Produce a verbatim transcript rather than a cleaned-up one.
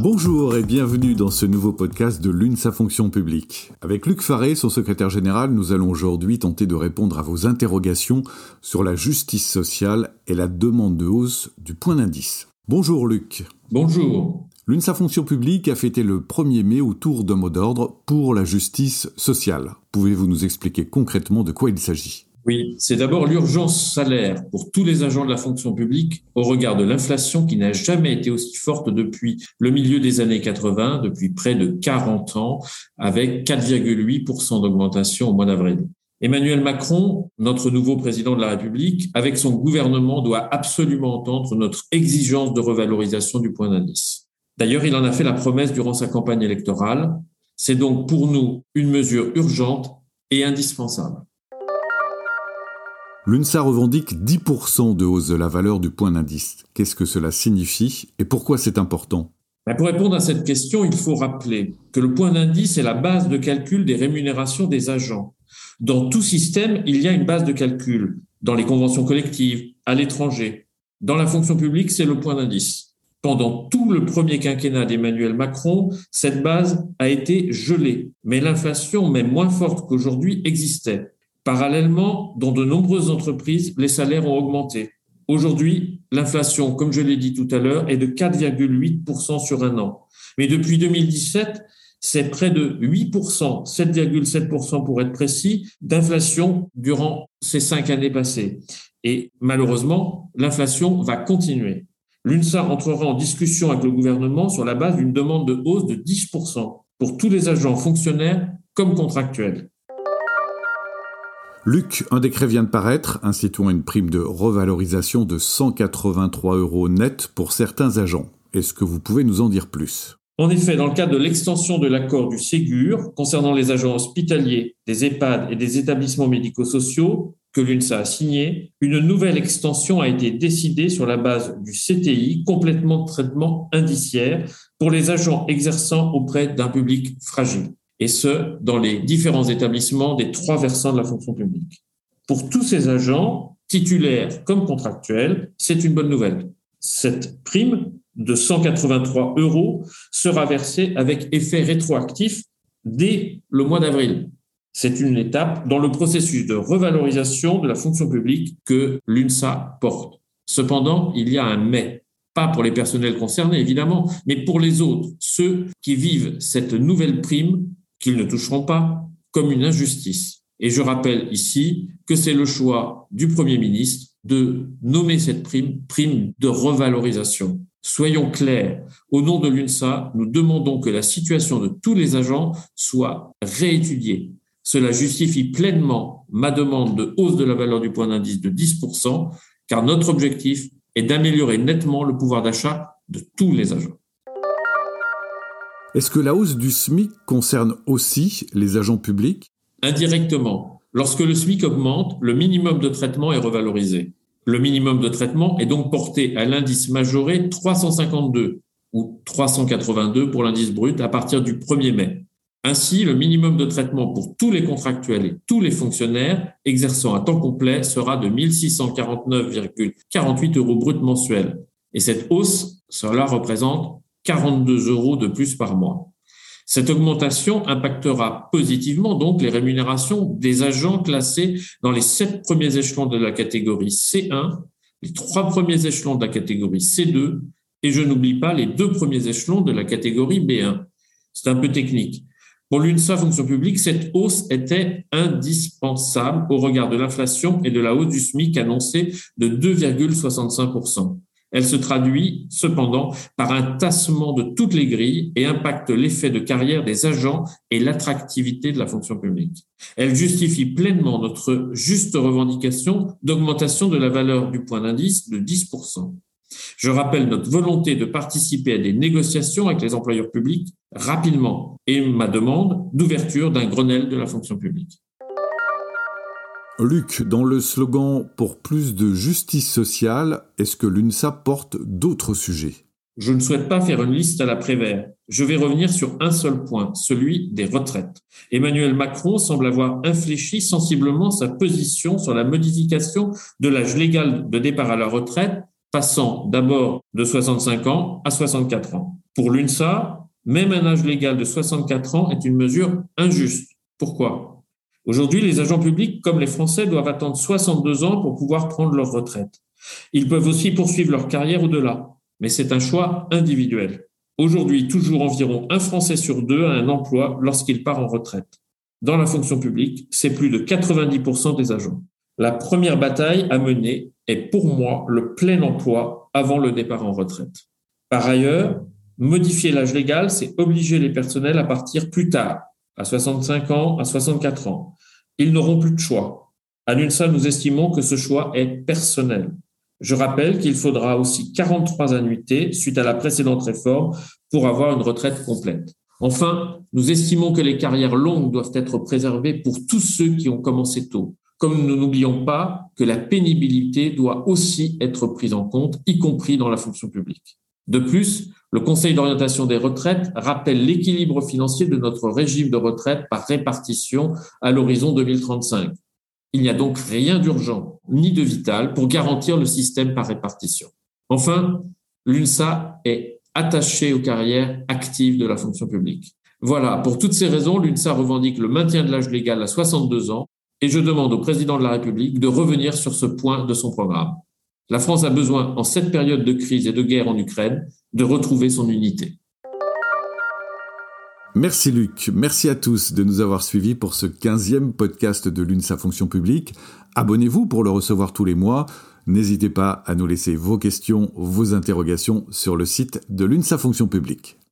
Bonjour et bienvenue dans ce nouveau podcast de l'UNSA Fonction Publique. Avec Luc Faré, son secrétaire général, nous allons aujourd'hui tenter de répondre à vos interrogations sur la justice sociale et la demande de hausse du point d'indice. Bonjour Luc. Bonjour. L'UNSA Fonction Publique a fêté le premier mai autour d'un mot d'ordre pour la justice sociale. Pouvez-vous nous expliquer concrètement de quoi il s'agit ? Oui, c'est d'abord l'urgence salaire pour tous les agents de la fonction publique au regard de l'inflation qui n'a jamais été aussi forte depuis le milieu des années quatre-vingts, depuis près de quarante ans, avec quatre virgule huit pour cent d'augmentation au mois d'avril. Emmanuel Macron, notre nouveau président de la République, avec son gouvernement, doit absolument entendre notre exigence de revalorisation du point d'indice. D'ailleurs, il en a fait la promesse durant sa campagne électorale. C'est donc pour nous une mesure urgente et indispensable. L'UNSA revendique dix pour cent de hausse de la valeur du point d'indice. Qu'est-ce que cela signifie et pourquoi c'est important ? Ben pour répondre à cette question, il faut rappeler que le point d'indice est la base de calcul des rémunérations des agents. Dans tout système, il y a une base de calcul. Dans les conventions collectives, à l'étranger. Dans la fonction publique, c'est le point d'indice. Pendant tout le premier quinquennat d'Emmanuel Macron, cette base a été gelée. Mais l'inflation, même moins forte qu'aujourd'hui, existait. Parallèlement, dans de nombreuses entreprises, les salaires ont augmenté. Aujourd'hui, l'inflation, comme je l'ai dit tout à l'heure, est de quatre virgule huit pour cent sur un an. Mais depuis deux mille dix-sept, c'est près de huit pour cent, sept virgule sept pour cent pour être précis, d'inflation durant ces cinq années passées. Et malheureusement, l'inflation va continuer. L'UNSA entrera en discussion avec le gouvernement sur la base d'une demande de hausse de dix pour cent pour tous les agents fonctionnaires comme contractuels. Luc, un décret vient de paraître instituant une prime de revalorisation de cent quatre-vingt-trois euros net pour certains agents. Est-ce que vous pouvez nous en dire plus ? En effet, dans le cadre de l'extension de l'accord du Ségur concernant les agents hospitaliers, des EHPAD et des établissements médico-sociaux que l'UNSA a signé, une nouvelle extension a été décidée sur la base du C T I, complétement de traitement indiciaire, pour les agents exerçant auprès d'un public fragile. Et ce, dans les différents établissements des trois versants de la fonction publique. Pour tous ces agents, titulaires comme contractuels, c'est une bonne nouvelle. Cette prime de cent quatre-vingt-trois euros sera versée avec effet rétroactif dès le mois d'avril. C'est une étape dans le processus de revalorisation de la fonction publique que l'UNSA porte. Cependant, il y a un mais. Pas pour les personnels concernés, évidemment, mais pour les autres, ceux qui vivent cette nouvelle prime qu'ils ne toucheront pas, comme une injustice. Et je rappelle ici que c'est le choix du Premier ministre de nommer cette prime, prime de revalorisation. Soyons clairs, au nom de l'UNSA, nous demandons que la situation de tous les agents soit réétudiée. Cela justifie pleinement ma demande de hausse de la valeur du point d'indice de dix pour cent, car notre objectif est d'améliorer nettement le pouvoir d'achat de tous les agents. Est-ce que la hausse du SMIC concerne aussi les agents publics ? Indirectement. Lorsque le SMIC augmente, le minimum de traitement est revalorisé. Le minimum de traitement est donc porté à l'indice majoré trois cent cinquante-deux ou trois cent quatre-vingt-deux pour l'indice brut à partir du premier mai. Ainsi, le minimum de traitement pour tous les contractuels et tous les fonctionnaires exerçant à temps complet sera de mille six cent quarante-neuf virgule quarante-huit euros brut mensuels. Et cette hausse, cela représente quarante-deux euros de plus par mois. Cette augmentation impactera positivement donc les rémunérations des agents classés dans les sept premiers échelons de la catégorie C un, les trois premiers échelons de la catégorie C deux et je n'oublie pas les deux premiers échelons de la catégorie B un. C'est un peu technique. Pour l'UNSA Fonction Publique, cette hausse était indispensable au regard de l'inflation et de la hausse du SMIC annoncée de deux virgule soixante-cinq pour cent. Elle se traduit cependant par un tassement de toutes les grilles et impacte l'effet de carrière des agents et l'attractivité de la fonction publique. Elle justifie pleinement notre juste revendication d'augmentation de la valeur du point d'indice de dix pour cent. Je rappelle notre volonté de participer à des négociations avec les employeurs publics rapidement et ma demande d'ouverture d'un Grenelle de la fonction publique. Luc, dans le slogan « Pour plus de justice sociale », est-ce que l'UNSA porte d'autres sujets ? Je ne souhaite pas faire une liste à la Prévert. Je vais revenir sur un seul point, celui des retraites. Emmanuel Macron semble avoir infléchi sensiblement sa position sur la modification de l'âge légal de départ à la retraite passant d'abord de soixante-cinq ans à soixante-quatre ans. Pour l'UNSA, même un âge légal de soixante-quatre ans est une mesure injuste. Pourquoi ? Aujourd'hui, les agents publics, comme les Français, doivent attendre soixante-deux ans pour pouvoir prendre leur retraite. Ils peuvent aussi poursuivre leur carrière au-delà, mais c'est un choix individuel. Aujourd'hui, toujours environ un Français sur deux a un emploi lorsqu'il part en retraite. Dans la fonction publique, c'est plus de quatre-vingt-dix pour cent des agents. La première bataille à mener est pour moi le plein emploi avant le départ en retraite. Par ailleurs, modifier l'âge légal, c'est obliger les personnels à partir plus tard, à soixante-cinq ans, à soixante-quatre ans. Ils n'auront plus de choix. À l'UNSA, nous estimons que ce choix est personnel. Je rappelle qu'il faudra aussi quarante-trois annuités suite à la précédente réforme pour avoir une retraite complète. Enfin, nous estimons que les carrières longues doivent être préservées pour tous ceux qui ont commencé tôt. Comme nous n'oublions pas que la pénibilité doit aussi être prise en compte, y compris dans la fonction publique. De plus, le Conseil d'orientation des retraites rappelle l'équilibre financier de notre régime de retraite par répartition à l'horizon deux mille trente-cinq. Il n'y a donc rien d'urgent ni de vital pour garantir le système par répartition. Enfin, l'UNSA est attachée aux carrières actives de la fonction publique. Voilà, pour toutes ces raisons, l'UNSA revendique le maintien de l'âge légal à soixante-deux ans et je demande au président de la République de revenir sur ce point de son programme. La France a besoin, en cette période de crise et de guerre en Ukraine, de retrouver son unité. Merci Luc, merci à tous de nous avoir suivis pour ce quinzième podcast de l'UNSA Fonction Publique. Abonnez-vous pour le recevoir tous les mois. N'hésitez pas à nous laisser vos questions, vos interrogations sur le site de l'UNSA Fonction Publique.